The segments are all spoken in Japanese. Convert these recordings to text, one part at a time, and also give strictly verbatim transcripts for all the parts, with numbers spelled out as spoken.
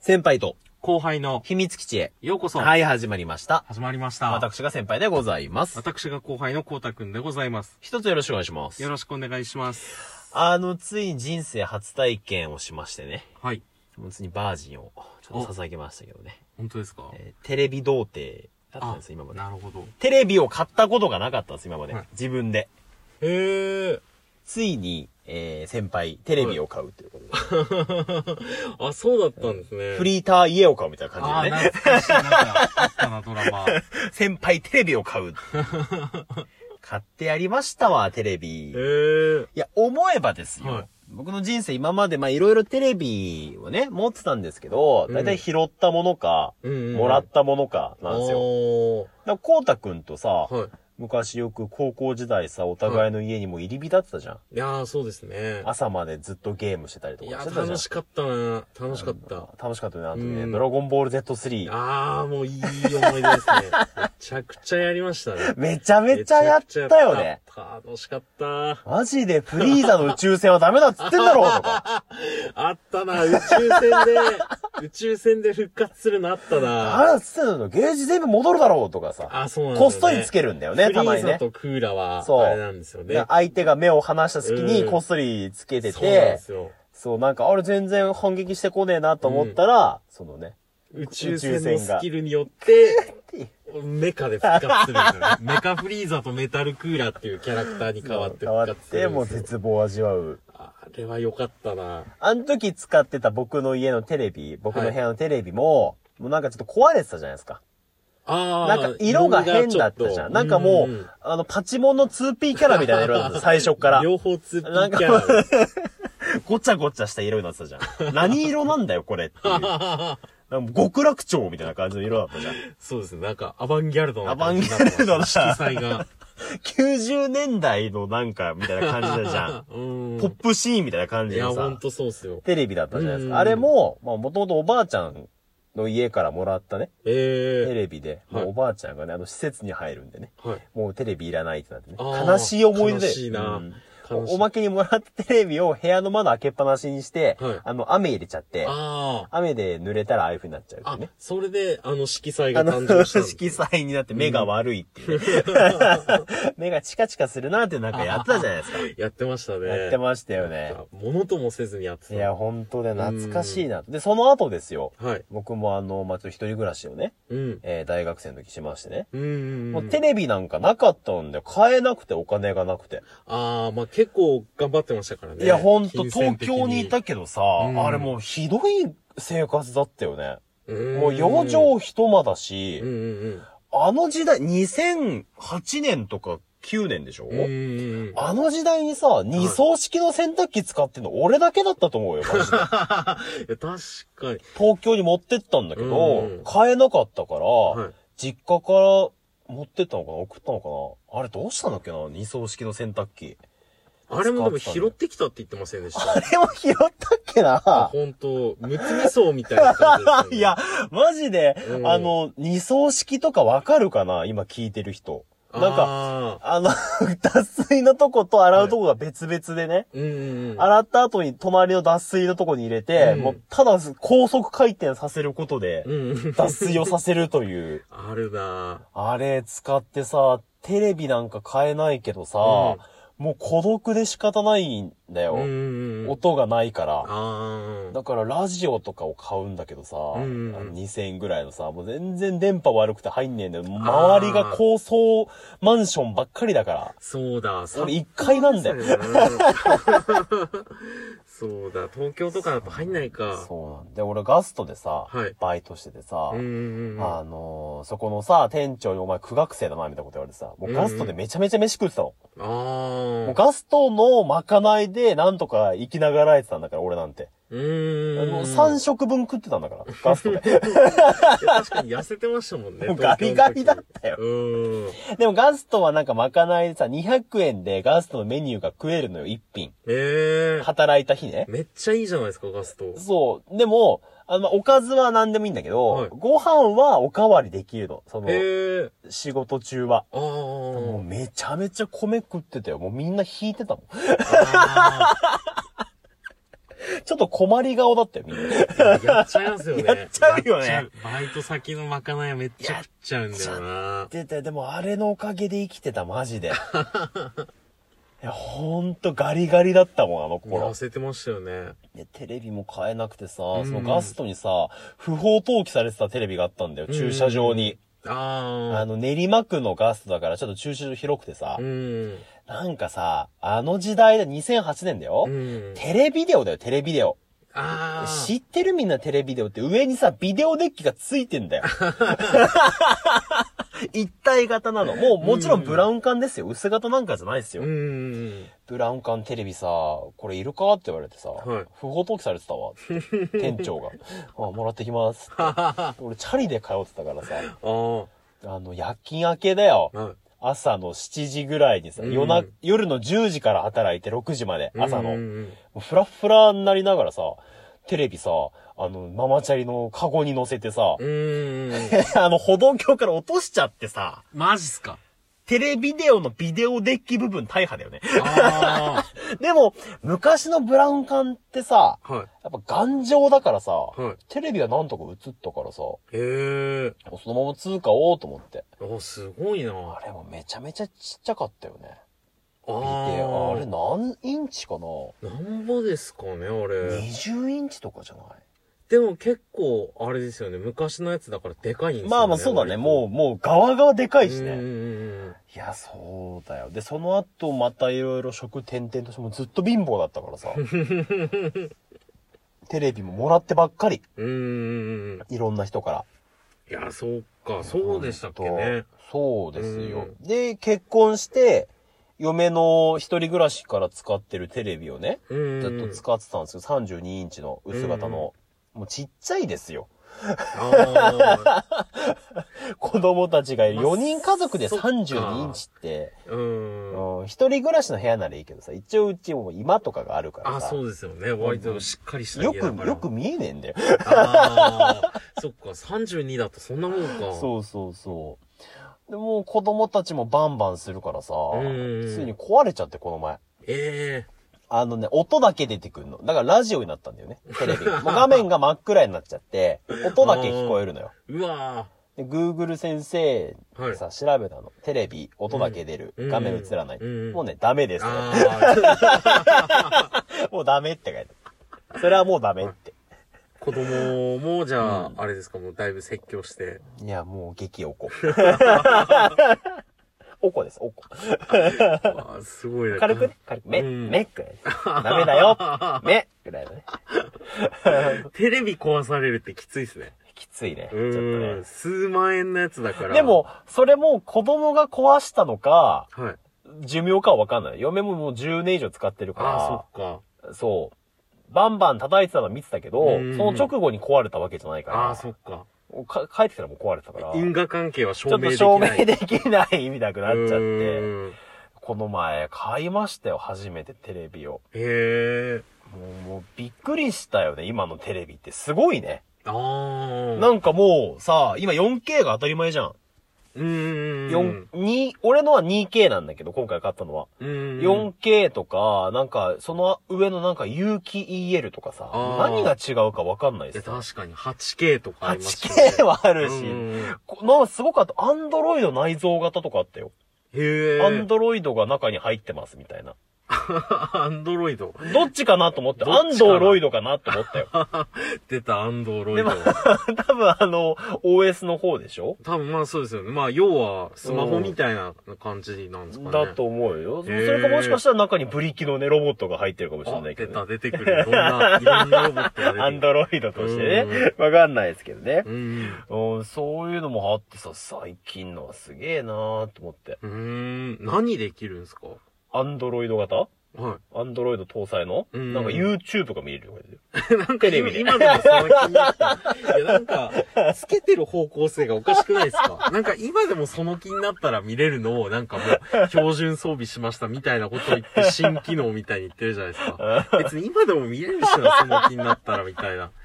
先輩と後輩の秘密基地へようこそ。 はい、始まりました。 始まりました。 私が先輩でございます。 私が後輩のこうたくんでございます。 一つよろしくお願いします。 よろしくお願いします。 あの、ついに人生初体験をしましてね。 はい。 もうついにバージンをちょっと捧げましたけどね。 本当ですか？ えー、テレビ童貞だったんですよ、今まで。 なるほど。 テレビを買ったことがなかったんです、今まで。はい、自分で。 へー。 ついに、えー、先輩、テレビを買うということで。 はい、あ、そうだったんですね。 フリーター家を買うみたいな感じでね。 あ、懐かしい。なんか、あったな、ドラマ。 先輩、テレビを買う。買ってやりましたわ、テレビ。 へー。 いや、思えばですよ。はい、僕の人生今まで、まあ、いろいろテレビをね、持ってたんですけど、だいたい拾ったものか、うん、もらったものか、なんですよ。だから、こうたくんとさ、はい、昔よく高校時代さ、お互いの家にも入り浸ってたじゃん。 いやー、そうですね。 朝までずっとゲームしてたりとかしてたじゃん。 いや、楽しかったな。楽しかった。 楽しかったね、あの時ね。ドラゴンボール ゼットスリー。 あー、もういい思い出ですね。めちゃくちゃやりましたね。 めちゃめちゃやったよね。 楽しかった。 マジでフリーザの宇宙船はダメだっつってんだろうとか。 あったな、宇宙船で、宇宙船で復活するのあったな。 あらっつってんの、ゲージ全部戻るだろうとかさ。 あ、そうなんだ、ね。 こっそりつけるんだよね、たまにね。 フリーザとクーラは、そう。あれなんですよね。 相手が目を離した隙にこっそりつけてて、そうなんですよ。そう、なんか、あれ全然反撃してこねえなと思ったら、うん、そのね、 宇宙船のスキルによって、メカで復活するんですよね。メカフリーザとメタルクーラーっていうキャラクターに変わって復活するんですよ。変わって、もう絶望を味わう。 あれは良かったな。 あの時使ってた僕の家のテレビ、僕の部屋のテレビも、はい、もうなんかちょっと壊れてたじゃないですか。 ああ。 なんか色が変だったじゃん。なんかもう、うん、あの、パチモンの ツーピー キャラみたいな色だった、最初から。 両方 ツーピー キャラ。 ごちゃごちゃした色になってたじゃん。何色なんだよ、これっていう。極楽鳥みたいな感じの色だったじゃん。 そうですね。なんか、アバンギャルドな感じだった。アバンギャルドな。 色彩が。 きゅうじゅうねんだいのなんか、みたいな感じだじゃん。うんポップシーンみたいな感じでさ。 いや、ほんとそうっすよ。 テレビだったじゃないですか。あれも、まあ、もともとおばあちゃんの家からもらったね。えー、テレビで、もうおばあちゃんがね、あの、施設に入るんでね。はい、もうテレビいらないってなってね。悲しい思い出で。 悲しいな。うんお, おまけにもらったテレビを部屋の窓開けっぱなしにして、はい、あの、雨入れちゃって、あ雨で濡れたらああいう風になっちゃうってね。 あ、それで、あの、色彩が誕生したんです。 色彩になって目が悪いっていう、ね。目がチカチカするなってなんかやってたじゃないですか。 やってましたね。 やってましたよね。 ものともせずにやってた。 いや、ほんとで懐かしいな。で、その後ですよ。はい。僕もあの、まあ、ちょっと一人暮らしをね、うん、えー、大学生の時しましてね。うん。もうテレビなんかなかったんで、買えなくてお金がなくて。ああ、まあ、結構頑張ってましたからね。 いや、ほんと、東京にいたけどさ、うん、あれもうひどい生活だったよね。うんもう養生一間だし、うんうんうん、あの時代、にせんはちねんとかきゅうねんでしょ、うんうん、あの時代にさ、二層式の洗濯機使ってんの俺だけだったと思うよ、マジで。いや、 確かに。 東京に持ってったんだけど、うん、買えなかったから、はい、実家から持ってったのかな送ったのかなあれどうしたんだっけな二層式の洗濯機。 あれもでも拾ってきたって言ってませんでした。 あれも拾ったっけなほんと、むつみそうみたいな感じです、ね。 いや、マジで、うん、あの、二層式とかわかるかな今聞いてる人。なんか、あの、脱水のとこと洗うとこが別々でね。はいうんうん、洗った後に隣の脱水のとこに入れて、うん、もうただ高速回転させることで、脱水をさせるという。 あるなあれ使ってさ、テレビなんか買えないけどさ、うんもう孤独で仕方ないんだよ。音がないから。だからラジオとかを買うんだけどさ、あのにせんえんぐらいのさ、もう全然電波悪くて入んねえんだよ。周りが高層マンションばっかりだから。 そうだ、 俺いっかいなんだよ。 そうだ、東京とかだと入んないか。 そうなんで、俺ガストでさ、はい、バイトしててさ、あのー、そこのさ、店長にお前苦学生だな、みたいなこと言われてさ、もうガストでめちゃめちゃ飯食ってたの。あもうガストのまかないでなんとか生きながらえてたんだから、俺なんて。うーん。もうさん食分食ってたんだから、ガストで。 いや確かに痩せてましたもんね。 もうガリガリだったよ。うん。でもガストはなんかまかないでさ、にひゃくえんでガストのメニューが食えるのよ、一品。へー。働いた日ね。 めっちゃいいじゃないですか、ガスト。 そう。でも、あの、おかずは何でもいいんだけど、はい、ご飯はおかわりできるの。その、仕事中は。あもうめちゃめちゃ米食ってたよ。もうみんな引いてたもん。 ちょっと困り顔だったよ、みんな。 やっちゃいますよね。 やっちゃうよね。 バイト先のまかないめっちゃ食っちゃうんだよな。 出て、でもあれのおかげで生きてた、マジで。いや、ほんとガリガリだったもん、あの頃。 痩せてましたよね。 で、テレビも買えなくてさ、そのガストにさ、不法投棄されてたテレビがあったんだよ、駐車場に。 ああ。 あの、練馬区のガストだからちょっと駐車場広くてさ、 うん、 なんかさ、あの時代でにせんはちねんだよ、うん、テレビデオだよ、テレビデオ。 あ知ってるみんなテレビデオって上にさ、ビデオデッキがついてんだよ。一体型なの。もうもちろんブラウン管ですよ。薄型なんかじゃないですよ。 うん、 ブラウン管テレビさ、これいるかって言われてさ、はい、不法投棄されてたわ。店長が。あ、もらってきますって。俺チャリで通ってたからさ、あの、夜勤明けだよ。はい、朝のしちじぐらいにさ、夜な、夜のじゅうじから働いてろくじまで、朝の。フラフラになりながらさ、テレビさ、あの、ママチャリのカゴに乗せてさ、 うーんあの、歩道橋から落としちゃってさ、 マジっすか？ テレビデオのビデオデッキ部分大破だよね。 あでも、昔のブラウン管ってさ、 はい、 やっぱ頑丈だからさ、 はい、 テレビがなんとか映ったからさ、 へー。 そのまま通過おうと思って。 お、すごいな。 あれもめちゃめちゃちっちゃかったよね。 あああれ何インチかな？ なんぼですかね、あれ。 にじゅうインチとかじゃない？ でも結構、あれですよね。昔のやつだからでかいんですよね。 まあまあそうだね。もう、もう側がでかいしね。 うんいや、そうだよ。で、その後またいろいろ職転々としてもずっと貧乏だったからさ。テレビももらってばっかり。 うん。 いろんな人から。 いや、そうか。そうでしたっけね。 そうですよ。で、結婚して、嫁の一人暮らしから使ってるテレビをね、ずっと使ってたんですよ。さんじゅうにインチの薄型の。もうちっちゃいですよ。子供たちがいるよにん家族でさんじゅうにインチって、うん、一人暮らしの部屋ならいいけどさ、一応うちも今とかがあるからさ。 あ、そうですよね。割としっかりした家だから。 よく、よく見えねえんだよ。 ああ、そっか、さんじゅうにだとそんなもんか。 そうそうそう。でも子供たちもバンバンするからさ、ついに壊れちゃってこの前。 ええー。 あのね、音だけ出てくるの。だからラジオになったんだよね、テレビ。もう画面が真っ暗になっちゃって、音だけ聞こえるのよ。 うわで、Google 先生でさ、はい、調べたの。テレビ、音だけ出る。うん、画面映らない、うん。もうね、ダメですね。もうダメって書いてある。それはもうダメって。 子供も、じゃあ、うん、あれですか、もうだいぶ説教して。 いや、もう激おこ。おこです、おこ。 あすごいね。 軽くね、軽く。め、めくらい。ダメだよ。めぐらいだね。 テレビ壊されるってきついっすね。 きついね。ちょっとね。数万円のやつだから。 でも、それも子供が壊したのか、 はい、 寿命かはわかんない。嫁ももうじゅうねん以上使ってるから。 ああ、そっか。そう。バンバン叩いてたの見てたけど、その直後に壊れたわけじゃないから。 ああ、そっか。 か帰ってきたらもう壊れてたから。 因果関係は証明できない。 ちょっと証明できないみたくなっちゃって。この前買いましたよ、初めてテレビを。 へえ。 もう、もうびっくりしたよね、今のテレビってすごいね。 ああ。 なんかもうさ、今 よんケー が当たり前じゃん。 うーん。 四、に、俺のは にケー なんだけど、今回買ったのは。 うん。 よんケー とか、なんか、その上のなんか有機 イーエル とかさ、何が違うかわかんないですよ。確かに はちケー とかありますね。はちケー はあるし、なんかすごかった。アンドロイド内蔵型とかあったよ。 へえ。 アンドロイドが中に入ってますみたいな。 アンドロイドどっちかなと思って、アンドロイドかなと思ったよ。 出た、アンドロイド。 多分あの、オーエス の方でしょ？ 多分まあそうですよね。まあ要は、スマホみたいな感じなんですかね。 だと思うよ。それかもしかしたら中にブリキのね、ロボットが入ってるかもしれないけど、 ね。出た、出てくる。いろんな、いろんなロボットが出てくる。 アンドロイドとしてね。わかんないですけどね。 うん。 そういうのもあってさ、最近のはすげえなーと思って。 うーん。何できるんですか？ アンドロイド型？ はい。 アンドロイド搭載の、うん、なんか YouTube が見れるとかで。なんかテレビで。今でもその気になった。いや、なんか、つけてる方向性がおかしくないですか？なんか今でもその気になったら見れるのを、なんかもう、標準装備しましたみたいなことを言って、新機能みたいに言ってるじゃないですか。別に今でも見れるしな、その気になったらみたいな。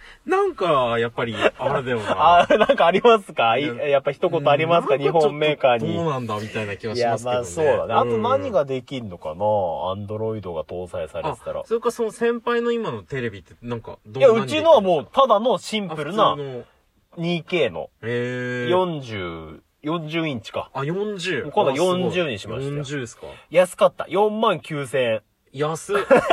なんか、やっぱり、あれだよな。 あ、なんかありますか？やっぱ一言ありますか？日本メーカーに。 どうなんだみたいな気がしますけどね。いや、まあそうだね。あと何ができんのかな？アンドロイドが搭載されてたら。 それかその先輩の今のテレビってなんかどういや、うちのはもうただのシンプルな にケー のよんじゅう、よんじゅうインチか。 あ、よんじゅう。 今度よんじゅうにしましたよ。 よんじゅうですか？ 安かった。よんまんきゅうせんえん。 安っ。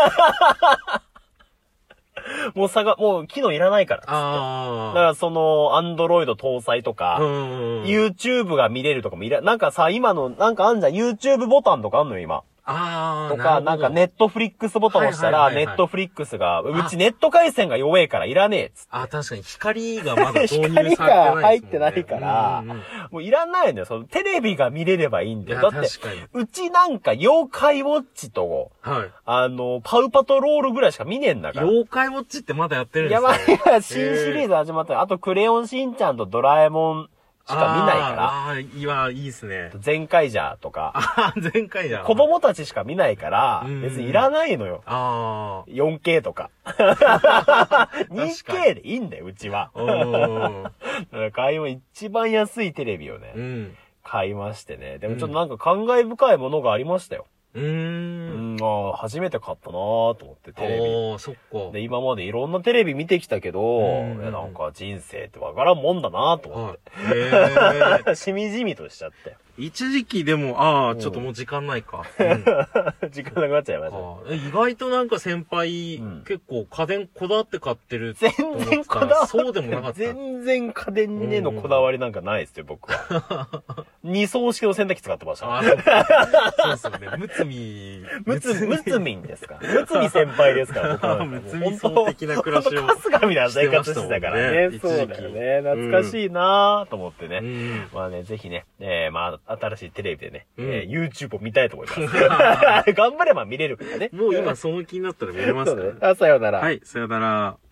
もう差が、もう機能いらないから。 ああ。 だからその、アンドロイド搭載とか、YouTube が見れるとかもいら、なんかさ、今の、なんかあんじゃん、YouTube ボタンとかあんのよ、今。 ああ。 とか、なんかネットフリックスボタンを押したら、ネットフリックスが、うちネット回線が弱えからいらねえっつって。 あ、確かに光がまだ導入されてない、 ね。光が入ってないから、うんうん、もういらないんだよ。そのテレビが見れればいいんだよ。だって、うちなんか妖怪ウォッチと、 はい、 あの、パウパトロールぐらいしか見ねえんだから。 妖怪ウォッチってまだやってるんですか？ いや、まあ、新シリーズ始まった。あと、クレヨンしんちゃんとドラえもん、しか見ないから。 ああ、いや、いいっすね。 全開じゃとか。 ああ、全開じゃ。 子供たちしか見ないから、別にいらないのよ。 ああ。 よんケー とか。にケー でいいんだよ、うちは。だから買いも一番安いテレビをね、うん、買いましてね。でもちょっとなんか感慨深いものがありましたよ。 うーん。 うん、ああ、初めて買ったなぁと思って、テレビ。 ああ、そっか。 で、今までいろんなテレビ見てきたけど、いやなんか人生ってわからんもんだなぁと思って。はい、へーしみじみとしちゃったよ。 一時期でも、ああ、ちょっともう時間ないか。うん、 時間なくなっちゃいました。 意外となんか先輩、うん、結構家電こだわって買ってる全然こだわり。 そうでもなかった。 全然家電へのこだわりなんかないですよ、僕は。二層式の洗濯機使ってました、 ね。そうですよね。むつみ。 むつ、むつみんですか？むつみ先輩ですから、僕は。 むつみ層的な暮らしを。 かすがみな生活してたからね。ねそうだよね。懐かしいなぁと思ってね。うん、まあね、ぜひね、えー、まあ、新しいテレビでね、うん、えー、YouTube を見たいと思います。頑張れば見れるからね。 もう今その気になったら見れますからね。 あ、さようなら。 はい、さようなら。